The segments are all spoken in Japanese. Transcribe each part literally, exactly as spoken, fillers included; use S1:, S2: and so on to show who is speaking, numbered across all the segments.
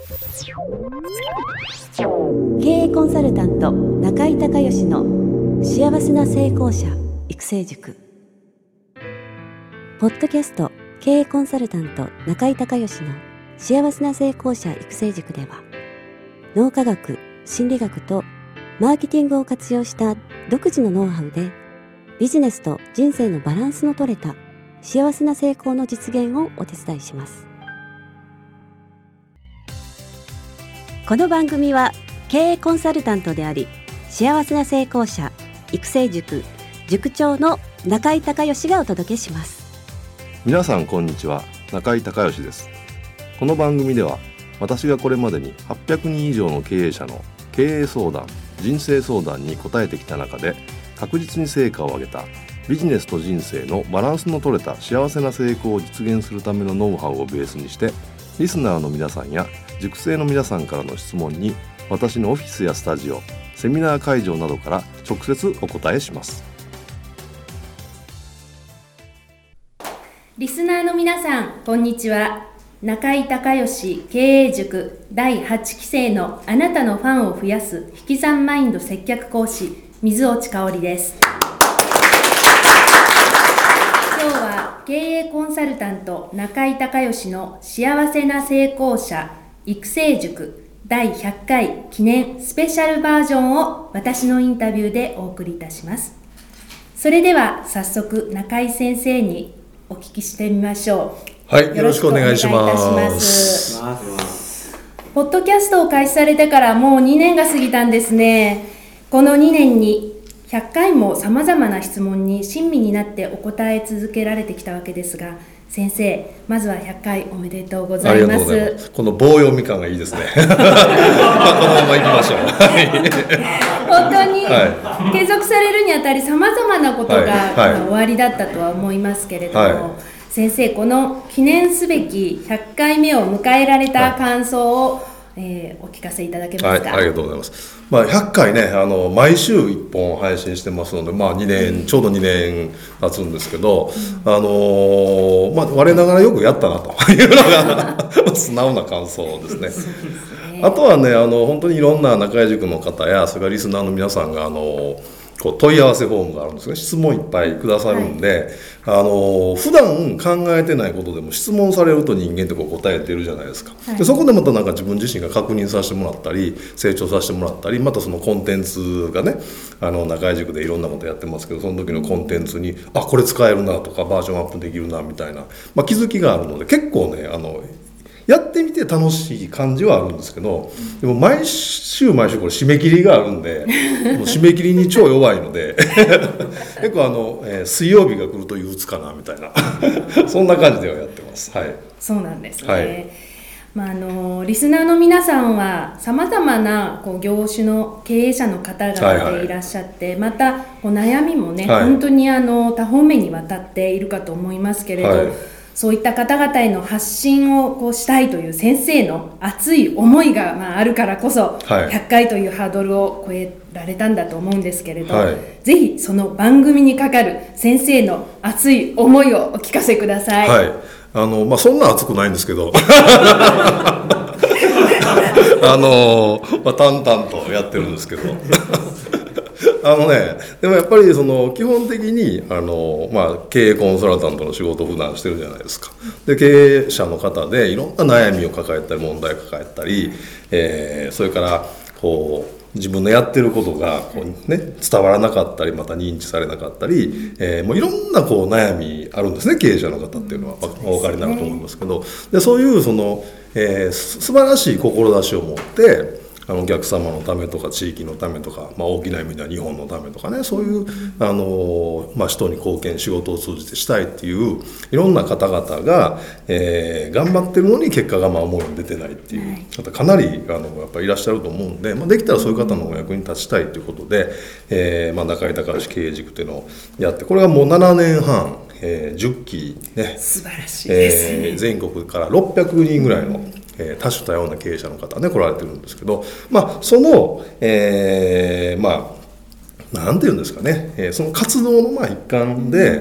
S1: 経営コンサルタント中井孝義の幸せな成功者育成塾。ポッドキャスト経営コンサルタント中井孝義の幸せな成功者育成塾では、脳科学、心理学とマーケティングを活用した独自のノウハウでビジネスと人生のバランスの取れた幸せな成功の実現をお手伝いします。この番組は経営コンサルタントであり幸せな成功者育成塾塾長の中井孝義がお届けします。
S2: 皆さんこんにちは、中井孝義です。この番組では私がこれまでにはっぴゃくにん以上の経営者の経営相談、人生相談に答えてきた中で確実に成果を上げたビジネスと人生のバランスの取れた幸せな成功を実現するためのノウハウをベースにして、リスナーの皆さんや塾生の皆さんからの質問に私のオフィスやスタジオ、セミナー会場などから直接お答えします。
S3: リスナーの皆さん、こんにちは。中井孝義経営塾だいはちきせいのあなたのファンを増やす引き算マインド接客講師、水落香織です。今日は経営コンサルタント中井孝義の幸せな成功者育成塾だいひゃっかい記念スペシャルバージョンを私のインタビューでお送りいたします。それでは早速中井先生にお聞きしてみましょ
S4: う。はい、よろしくお願いします。
S3: よろしくお願いいたします。ポッドキャストを開始されてからもうにねんが過ぎたんですね。このにねんにひゃっかいもさまざまな質問に親身になってお答え続けられてきたわけですが、先生、まずはひゃっかいおめでとうございます。ありがとうございます。
S4: この棒読み感がいいですね。まあ、このままいきましょう。
S3: 本当に、はい、継続されるにあたりさまざまなことが、はいはい、終わりだったとは思いますけれども、はい、先生、この記念すべきひゃっかいめを迎えられた感想を、はい、えー、お聞かせいただけますか。
S4: はい、ありがとうございます。まあ、ひゃっかいね、あの毎週いっぽん配信してますので、まあ、にねん、うん、ちょうどにねん経つんですけど、うん、あのー、まあ、我ながらよくやったなというのが素直な感想ですね。そうですね。あとはね、あの本当にいろんな中井塾の方やそれからリスナーの皆さんがあのこう問い合わせフォームがあるんですね。質問いっぱいくださるんで、はい、あの普段考えてないことでも質問されると人間ってこう答えてるじゃないですか、はい、でそこでまたなんか自分自身が確認させてもらったり成長させてもらったり、またそのコンテンツがね、あの中井塾でいろんなことやってますけど、その時のコンテンツにあこれ使えるなとかバージョンアップできるなみたいな、まあ、気づきがあるので結構ね、あのやってみて楽しい感じはあるんですけど、でも毎週毎週これ締め切りがあるんで、もう締め切りに超弱いので結構あの、えー、水曜日が来ると憂鬱かなみたいなそんな感じではやってます。はい、
S3: そうなんですね。はい、まあ、あのリスナーの皆さんはさまざまなこう業種の経営者の方々でいらっしゃって、はいはい、またこう悩みもね、はい、本当にあの多方面にわたっているかと思いますけれど、はい、そういった方々への発信をこうしたいという先生の熱い思いがまああるからこそ、はい、ひゃっかいというハードルを超えられたんだと思うんですけれど、はい、ぜひその番組にかかる先生の熱い思いをお聞かせください。
S4: はい、あのまあ、そんな熱くないんですけどあの、まあ、淡々とやってるんですけどあのね、でもやっぱりその基本的にあの、まあ、経営コンサルタントの仕事を普段してるじゃないですか。で経営者の方でいろんな悩みを抱えたり問題を抱えたり、えー、それからこう自分のやってることがこう、ね、伝わらなかったりまた認知されなかったり、えー、もういろんなこう悩みあるんですね、経営者の方っていうのは。お分かりになると思いますけど、でそういうその、えー、素晴らしい志を持ってあのお客様のためとか地域のためとか、まあ、大きな意味では日本のためとかね、そういうあの、まあ、人に貢献仕事を通じてしたいっていういろんな方々が、えー、頑張ってるのに結果がまあ思うように出てないっていう方かなりあのやっぱりいらっしゃると思うんで、まあ、できたらそういう方のお役に立ちたいということで、えーまあ、中井孝義経営塾っていうのをやって、これがもうななねんはん、えー、じゅっきね、
S3: 素晴らしいですね。
S4: えー、全国からろっぴゃくにんぐらいのえー、多種多様な経営者の方ね来られてるんですけど、まあその、えー、まあなんていうんですかね、えー、その活動のまあ一環で、あ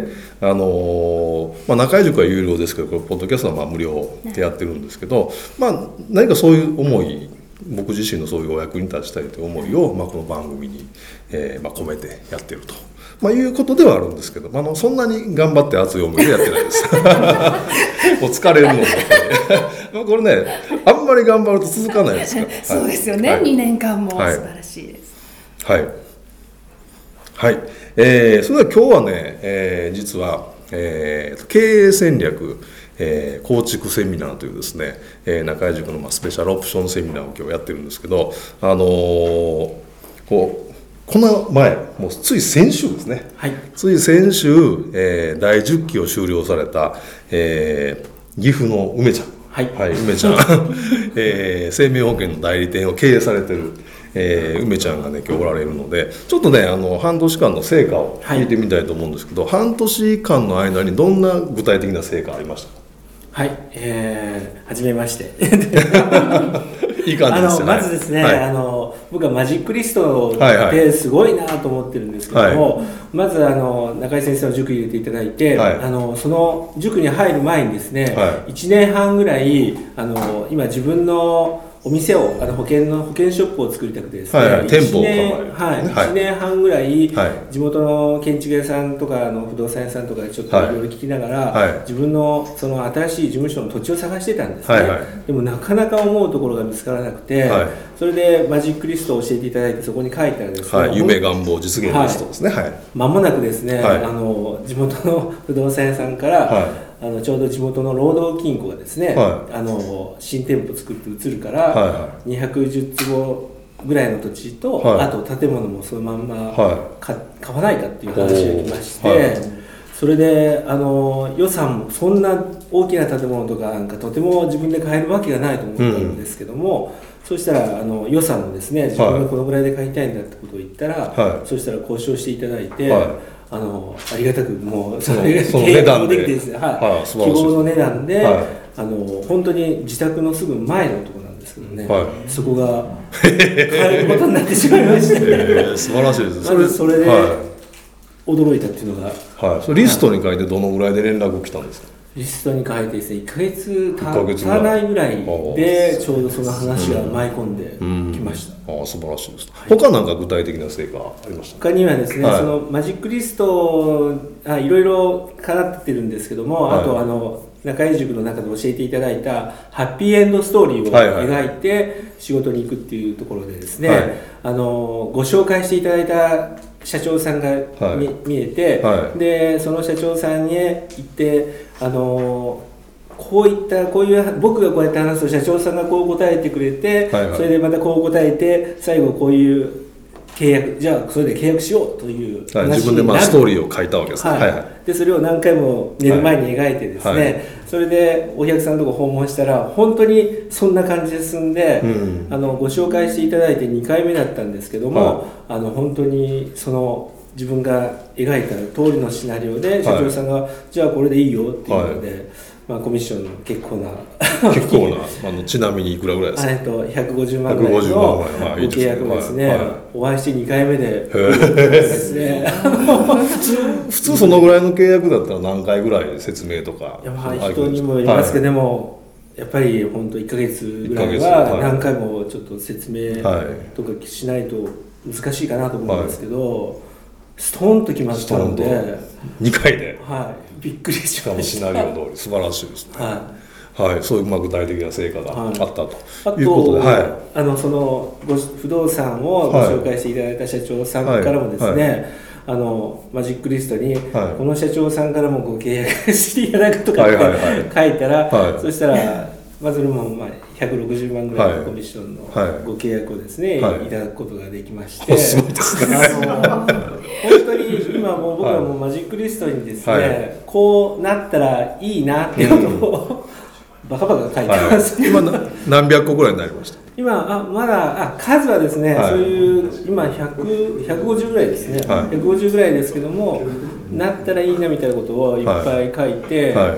S4: あのーまあ、中井塾は有料ですけど、これポッドキャストはまあ無料でやってるんですけど、まあ、何かそういう思い、僕自身のそういうお役に立ちたいという思いを、まあ、この番組に、えーまあ、込めてやってると、まあ、いうことではあるんですけど、あのそんなに頑張って熱い思いでやってないですもう疲れるのでまあこれね、あんまり頑張ると続かないですから
S3: そうですよね、はい、にねんかんも素晴らしいです。
S4: はい、はいはい、えー、それでは今日はね、えー、実は、えー、経営戦略、えー、構築セミナーというですね、えー、中井塾の、まあ、スペシャルオプションセミナーを今日やってるんですけど、あのー、こうこの前、もうつい先週ですね、はい、つい先週、えー、だいじゅっきを終了された、えー、岐阜の梅ちゃん、はいはい、梅ちゃん、えー、生命保険の代理店を経営されてるえー、梅ちゃんがね今日おられるので、ちょっとねあの半年間の成果を聞いてみたいと思うんですけど、はい、半年間の間にどんな具体的な成果ありましたか？
S5: はい、えー、はじめまして
S4: いい感じですよね。
S5: まずですね、はい、あの僕はマジックリストってすごいなと思ってるんですけども、はい、まずあの中井先生の塾入れていただいて、はい、あのその塾に入る前にですね、はい、いちねんはんぐらいあの今自分のお店をあの保険の保険ショップを作りたくてですね、はいはい、店舗を構える、はい、いちねんはんぐらい、はい、地元の建築屋さんとかの不動産屋さんとかでちょっといろいろ聞きながら、はい、自分のその新しい事務所の土地を探してたんですね、はいはい、でもなかなか思うところが見つからなくて、はい、それでマジックリストを教えていただいてそこに書いたらですね、
S4: はい、夢願望実現リストですね、はい、
S5: 間もなくですね、はい、あの地元の不動産屋さんから、はいあのちょうど地元の労働金庫がですね、はい、あの新店舗作って移るから、はいはい、にひゃくじゅっつぼぐらいの土地と、はい、あと建物もそのまんま、はい、買わないかっていう話が来まして、はい、それであの予算もそんな大きな建物とかなんかとても自分で買えるわけがないと思ったんですけども、うん、そしたらあの予算もですね自分がこのぐらいで買いたいんだってことを言ったら、はい、そしたら交渉していただいて、はいあのありがたくもうその
S4: 値段で、
S5: でねはいはい、希望の値段で、はい、あの本当に自宅のすぐ前のところなんですけどね、はい、そこが買えることになってしまいまして、
S4: えー、素晴らしいです。
S5: まずそれで驚いたっていうのが、
S4: はい、それリストに書いてどのぐらいで連絡来たんですか？
S5: リストに書いてですねいっかげつ経たないぐらいでちょうどその話が舞い込んできました。
S4: うんうん、ああ素晴らしいです。はい、他なんか具体的な成果ありましたか？
S5: 他にはですね、はい、そのマジックリストあいろいろかなってるんですけども、はい、あとあの中井塾の中で教えていただいたハッピーエンドストーリーを描いて仕事に行くっていうところでですね、はい、あのご紹介していただいた社長さんが 見,、はい、見えて、はい、でその社長さんに行ってあのこういったこういう僕がこうやって話すと社長さんがこう答えてくれて、はいはい、それでまたこう答えて最後こういう契約じゃあそれで契約しようという話になる、
S4: はい、自分でまあストーリーを書いたわけですね、
S5: はいはいはい、でそれを何回も寝る前に描いてですね、はいはい、それでお客さんのとこ訪問したら本当にそんな感じで進んで、うん、あのご紹介していただいてにかいめだったんですけども、はい、あの本当にその自分が描いた通りのシナリオで社長さんが、はい、じゃあこれでいいよっていうので、はいまあ、コミッションの結構な
S4: 結構なあのちなみにいくらぐらいですか？
S5: えっとひゃくごじゅうまんぐらいのご契約ですね、はいはい、お会いしてにかいめでですね
S4: 普通普通そのぐらいの契約だったら何回ぐらい説明とか
S5: いや、まあ、人にもよりますけど、はい、でもやっぱり本当いっかげつぐらいは何回もちょっと説明とかしないと難しいかなと思うんですけど、はい、ストーンと決まったので
S4: にかいで、
S5: はい、びっくりしました。しかも
S4: シナリオ通り素晴らしいですね、
S5: はい
S4: はい、そういうまあ具体的な成果があったということで、はい、あと、
S5: あのそのご不動産をご紹介していただいた社長さんからもですね、はいはい、あのマジックリストに、はい、この社長さんからもご契約していただくとかって書いたら、はいはいはい、そしたらまずもまあひゃくろくじゅうまんぐらいのコミッションのご契約をですね、はいはい、いただくことができまして、
S4: すごいですね。
S5: 本当に今もう僕はもうマジックリストにですね、はい、こうなったらいいなっていうのを、うん、バカバカ書いてます、
S4: はい、今何百個ぐらいになりました？
S5: 今あまだあ数はですね、はい、そういう今ひゃく、ひゃくごじゅうぐらいですね、はい、ひゃくごじゅうぐらいですけどもなったらいいなみたいなことをいっぱい書いて、はいはい、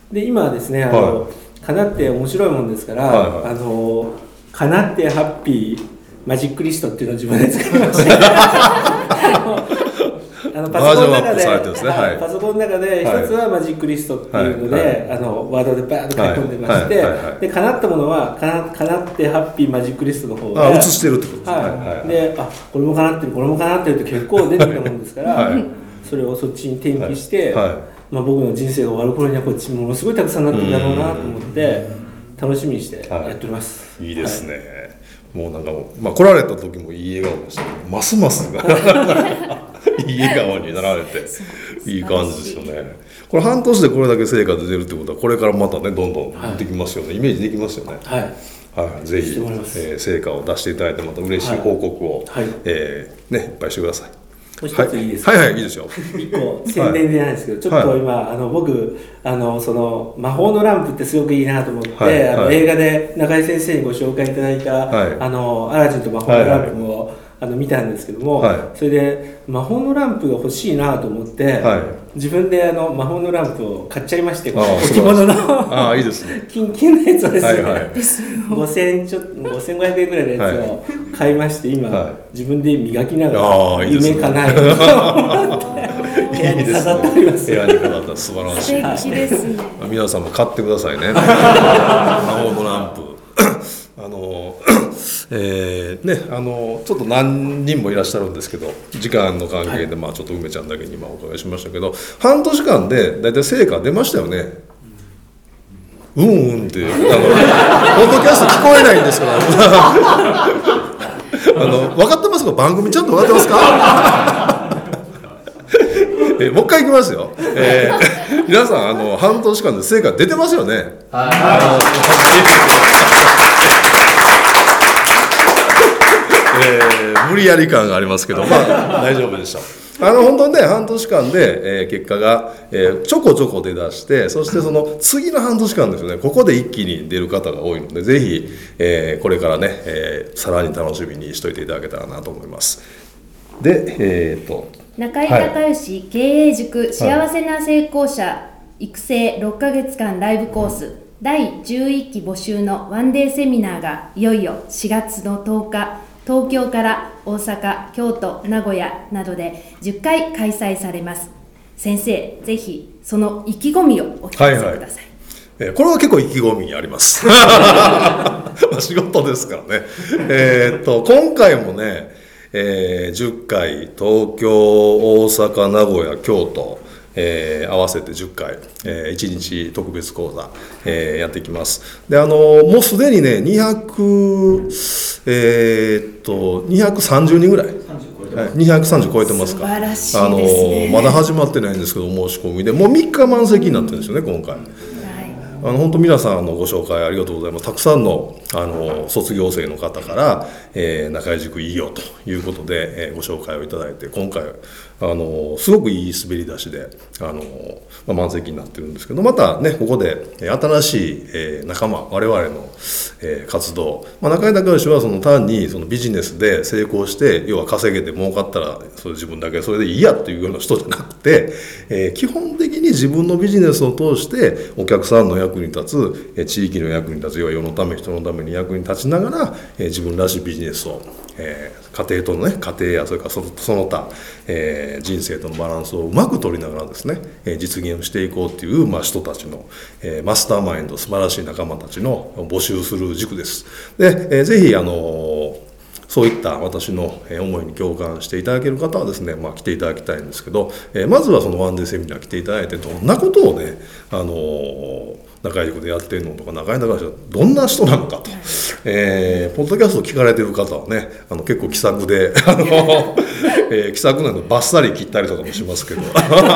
S5: で今はですねあの、はいかなって面白いもんですから、はいはい、あのかなってハッピーマジックリストっていうのを自分で作りましたあのパソコンの中で、はい、パソコンの中で一つはマジックリストっていうので、はいはい、あのワードでバーッと書き込んでまして、はいはいはい、で叶ったものはかな、かなってハッピーマジックリストの方で
S2: あ映してるってことですね、
S5: はいはい、であこれも叶ってるこれも叶ってるって結構出てきたもんですから、はい、それをそっちに転記して、はいはい、まあ、僕の人生が終わる頃にはこっちものすごいたくさんなってるんだろうなと思って楽しみにしてやっております、
S2: はい、いいですね、はい、もうなんか、まあ、来られた時もいい笑顔でしたけどますますがいい笑顔になられていい感じですよね。これ半年でこれだけ成果出てるってことはこれからまたねどんどんできますよね、はい、イメージできますよね。
S5: はい
S2: はい、ぜひ、えー、成果を出していただいてまた嬉しい報告を、はい、えーね、いっぱいしてください。
S5: もう一ついいですか。
S2: はい、はいはいいいですよ。
S5: 一個宣伝じゃないですけど、はい、ちょっと今、はい、あの僕あのその魔法のランプってすごくいいなと思って、はいはい、あの映画で中井先生にご紹介いただいた、はい、あのアラジンと魔法のランプも、はいはい、あの見たんですけども、はい、それで魔法のランプが欲しいなと思って、はい、自分であの魔法のランプを買っちゃいまして、置物の
S2: あいいですね、
S5: キンキンのやつをですね、はいはい、ごせんちょごせんごひゃくえんぐらいのやつを買いまして、今、はい、自自分で磨きながら夢叶えると思って部屋に飾ってあります。
S2: 部屋に飾ったら素晴らしい
S3: ですね。ですね。
S2: 皆さんも買ってくださいね。魔法のランプ。あのえー、ねあのちょっと何人もいらっしゃるんですけど、時間の関係で、まあちょっと梅ちゃんだけに今お伺いしましたけど、半年間でだいたい成果出ましたよね。うんうんってあのポッドキャスト聞こえないんですからあの分かってますか、番組ちゃんと分かってますかえもう一回いきますよ、えー、皆さんあの半年間で成果出てますよね。はいえー、無理やり感がありますけど、まあ大丈夫でした。あの本当にね半年間で、えー、結果が、えー、ちょこちょこ出だして、そしてその次の半年間ですよね、ここで一気に出る方が多いので、ぜひ、えー、これからね、えー、さらに楽しみにしといていただけたらなと思います。で、えー、と
S3: 中井孝義経営塾幸せな成功者育成ろっかげつかんライブコース、うん、だいじゅういっき募集のワンデーセミナーがいよいよしがつのとおか、東京から大阪、京都、名古屋などでじゅっかい開催されます。先生、ぜひその意気込みをお聞かせください。はいはい、
S2: えー、これは結構意気込みあります仕事ですからね。えー、っと今回もね、えー、じゅっかい東京、大阪、名古屋、京都、えー、合わせてじゅっかい、えー、いちにち特別講座、えー、やっていきます。で、あのー、もうすでにねにひゃく、えー、っとにひゃくさんじゅうにんぐらいにひゃくさんじゅう超えてますか。
S3: 素晴らしいですね。
S2: あのー、まだ始まってないんですけど、申し込みでもうみっか満席になってるんですよね今回。あの本当皆さんのご紹介ありがとうございます。たくさんのあの卒業生の方から、えー、中井塾いいよということで、えー、ご紹介をいただいて、今回あのすごくいい滑り出しであの、まあ、満席になってるんですけど、またねここで新しい、えー、仲間我々の、えー、活動、まあ、中井孝義はその単にそのビジネスで成功して要は稼げて儲かったらそれ自分だけそれでいいやというような人じゃなくて、えー、基本的に自分のビジネスを通してお客さんの役に立つ、えー、地域の役に立つ、要は世のため人のために役に立ちながら、えー、自分らしいビジネスを、えー、家庭とのね家庭やそれからその、その他、えー、人生とのバランスをうまく取りながらですね、えー、実現をしていこうっていう、まあ、人たちの、えー、マスターマインド素晴らしい仲間たちの募集する塾です。で、えー、ぜひあのーそういった私の思いに共感していただける方はですね、まあ、来ていただきたいんですけど、えー、まずはそのワンデーセミナー来ていただいて、どんなことをね、あのー、中井塾でやってるのとか、中井孝義はどんな人なのかと、えー、ポッドキャストを聞かれてる方はね、あの結構気さくで、あの、えー、気さくなのでバッサリ切ったりとかもしますけど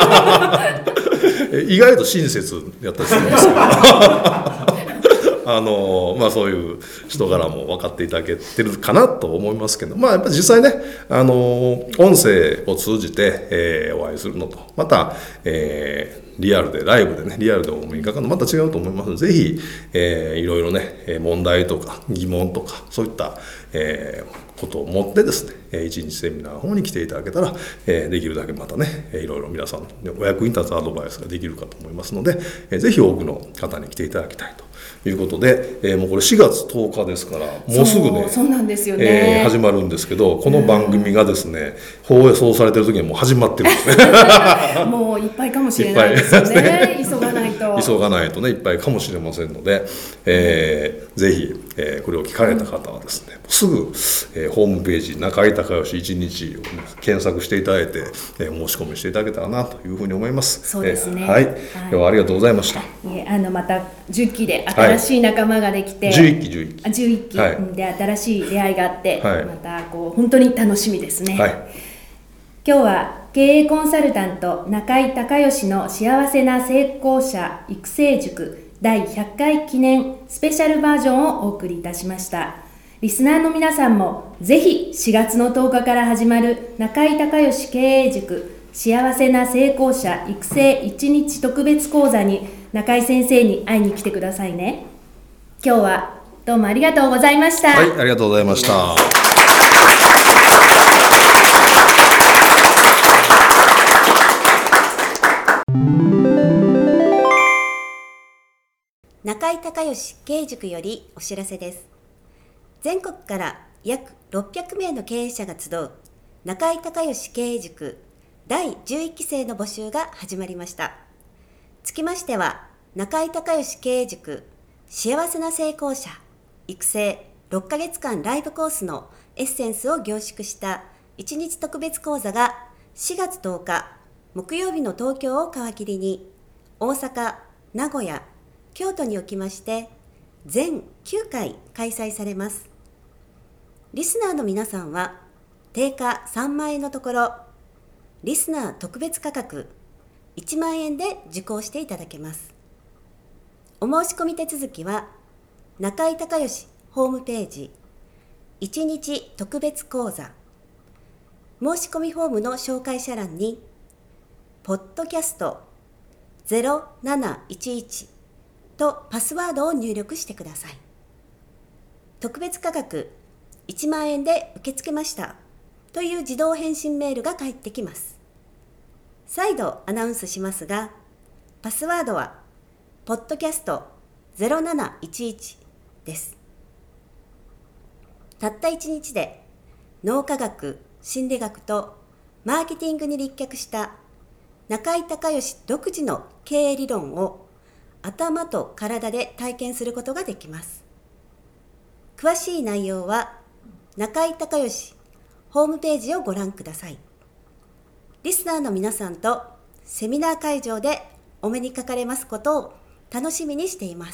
S2: 意外と親切やったりするんですけどあのまあ、そういう人柄も分かっていただけてるかなと思いますけど、まあ、やっぱり実際ね、あの音声を通じて、えー、お会いするのと、また、えー、リアルでライブでね、リアルでお目にかかるのまた違うと思いますので、ぜひ、えー、いろいろね問題とか疑問とかそういった、えー、ことを持ってですね、一日セミナーの方に来ていただけたら、えー、できるだけまたねいろいろ皆さんお役に立つアドバイスができるかと思いますので、えー、ぜひ多くの方に来ていただきたいと
S4: いうことで、えー、もうこれしがつとおかですからもうすぐね、
S3: そうなんですよね、
S4: えー、始まるんですけど、この番組がですね、放送されてる時にはもう始まってるんですね
S3: もういっぱいかもしれないですよね急がないと
S4: 急がないとねいっぱいかもしれませんので、えー、ぜひ、えー、これを聞かれた方はですね、うん、すぐ、えー、ホームページ中井孝義いちにちを、ね、検索していただいて、えー、申し込みしていただけたらなというふうに思います。
S3: そうですね、
S4: えー、はい、はい、今日はありがとうございました。
S3: いえ、あのまたじゅっきで新しい仲間ができて、はい、
S4: じゅういっきじゅういっき
S3: あじゅういっき、はい、で新しい出会いがあって、はい、またこう本当に楽しみですね、はい、今日は経営コンサルタント中井孝義の幸せな成功者育成塾だいひゃっかい記念スペシャルバージョンをお送りいたしました。リスナーの皆さんもぜひしがつのとおかから始まる中井孝義経営塾幸せな成功者育成いちにち特別講座に中井先生に会いに来てくださいね。今日はどうもありがとうございました。
S4: はい、ありがとうございました。
S1: 中井孝義経営塾よりお知らせです。全国から約ろっぴゃくめいの経営者が集う中井孝義経営塾だいじゅういっきせいの募集が始まりました。つきましては、中井孝義経営塾幸せな成功者育成ろっかげつかんライブコースのエッセンスを凝縮したいちにち特別講座がしがつとおか木曜日の東京を皮切りに大阪、名古屋、京都におきまして全きゅうかい開催されます。リスナーの皆さんは定価さんまんえんのところリスナー特別価格いちまんえんで受講していただけます。お申し込み手続きは中井孝義ホームページいちにち特別講座申し込みフォームの紹介者欄にポッドキャストゼロなないちいちとパスワードを入力してください。特別価格いちまんえんで受け付けましたという自動返信メールが返ってきます。再度アナウンスしますが、パスワードはポッドキャストゼロなないちいちです。たったいちにちで脳科学、心理学とマーケティングに立脚した中井孝義独自の経営理論を頭と体で体験することができます。詳しい内容は中井孝義ホームページをご覧ください。リスナーの皆さんとセミナー会場でお目にかかれますことを楽しみにしています。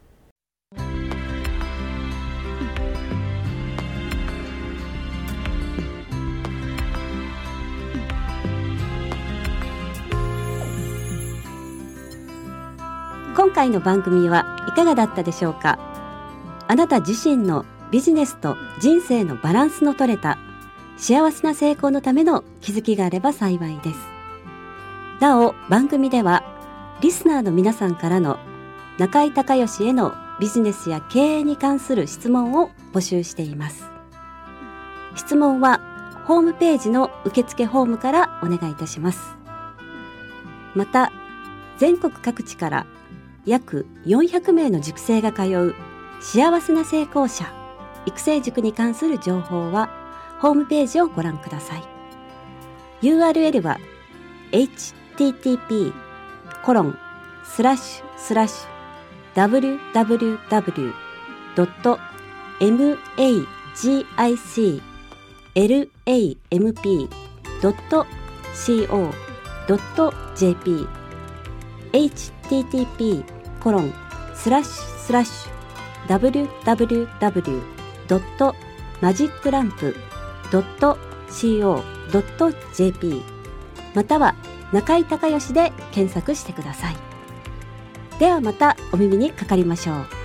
S1: 今回の番組はいかがだったでしょうか。あなた自身のビジネスと人生のバランスの取れた幸せな成功のための気づきがあれば幸いです。なお、番組ではリスナーの皆さんからの中井孝義へのビジネスや経営に関する質問を募集しています。質問はホームページの受付フォームからお願いいたします。また、全国各地から約よんひゃくめいの塾生が通う幸せな成功者育成塾に関する情報はホームページをご覧ください。 ユーアールエル は エイチティーティーピーコロンスラッシュスラッシュダブリューダブリューダブリュードットマジックランプドットコードットジェーピー エイチティーティーピーコロンスラッシュスラッシュダブリューダブリューダブリュードットマジックランプドットコードットジェーピー または中井孝義で検索してください。ではまたお耳にかかりましょう。